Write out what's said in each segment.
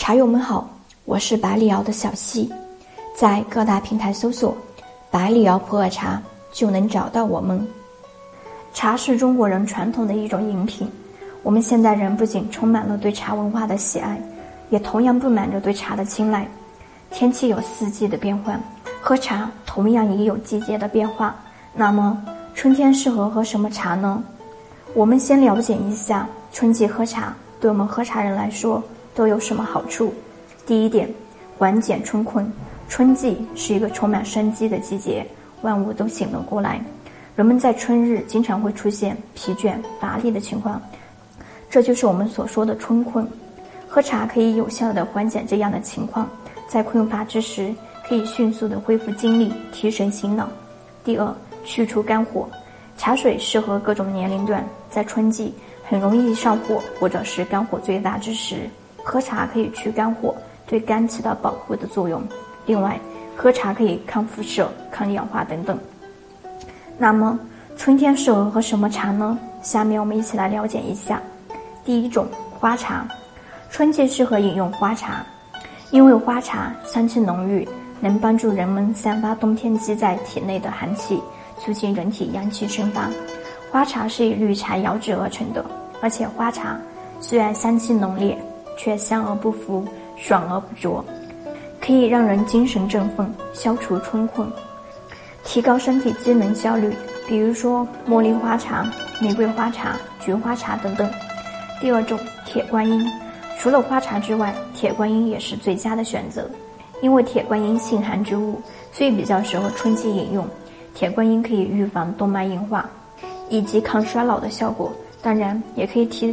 茶友们好，我是百里瑶的小溪，在各大平台搜索百里瑶普洱茶就能找到我们。茶是中国人传统的一种饮品，我们现代人不仅充满了对茶文化的喜爱，也同样布满着对茶的青睐。天气有四季的变换，喝茶同样也有季节的变化。那么春天适合喝什么茶呢？我们先了解一下春季喝茶对我们喝茶人来说都有什么好处。第一点，缓解春困。春季是一个充满生机的季节，万物都醒了过来，人们在春日经常会出现疲倦乏力的情况，这就是我们所说的春困。喝茶可以有效地缓解这样的情况，在困乏之时可以迅速地恢复精力，提神醒脑。第二，去除肝火。茶水适合各种年龄段，在春季很容易上火或者是肝火最大之时，喝茶可以去肝火，对肝起到保护的作用。另外，喝茶可以抗辐射、抗氧化等等。那么春天适合喝什么茶呢？下面我们一起来了解一下。第一种，花茶。春季适合饮用花茶，因为花茶香气浓郁，能帮助人们散发冬天积在体内的寒气，促进人体阳气生发。花茶是以绿茶摇制而成的，而且花茶虽然香气浓烈，却香而不浮，爽而不浊，可以让人精神振奋，消除春困，提高身体机能效率，比如说茉莉花茶、玫瑰花茶、菊花茶等等。第二种，铁观音。除了花茶之外，铁观音也是最佳的选择，因为铁观音性寒植物，所以比较适合春季饮用。铁观音可以预防动脉硬化以及抗衰老的效果，当然也可以起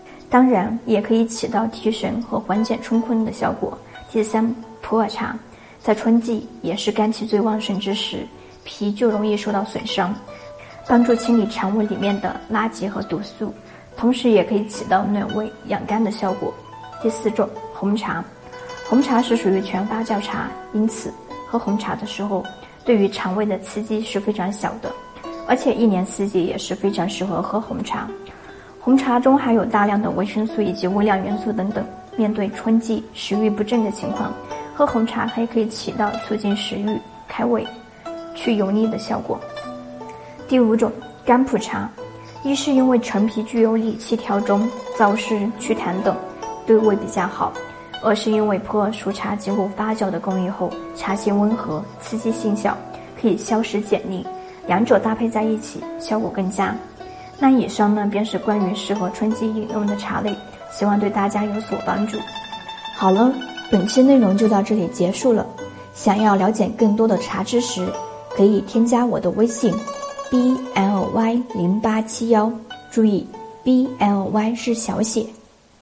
到提神和缓解春困的效果。第三，普洱茶。在春季也是肝气最旺盛之时，脾就容易受到损伤，帮助清理肠胃里面的垃圾和毒素，同时也可以起到暖胃养肝的效果。第四种，红茶。红茶是属于全发酵茶，因此喝红茶的时候对于肠胃的刺激是非常小的，而且一年四季也是非常适合喝红茶。红茶中含有大量的维生素以及微量元素等等，面对春季食欲不振的情况，喝红茶还可以起到促进食欲、开胃、去油腻的效果。第五种，甘普茶。一是因为陈皮具有理气调中、燥湿祛痰等，对胃比较好；二是因为普洱熟茶经过发酵的工艺后，茶性温和，刺激性小，可以消食解腻，两者搭配在一起效果更佳。那以上呢便是关于适合春季饮用的茶类，希望对大家有所帮助。 好了，本期内容就到这里结束了。想要了解更多的茶知识，可以添加我的微信BLY0871，注意 BLY 是小写。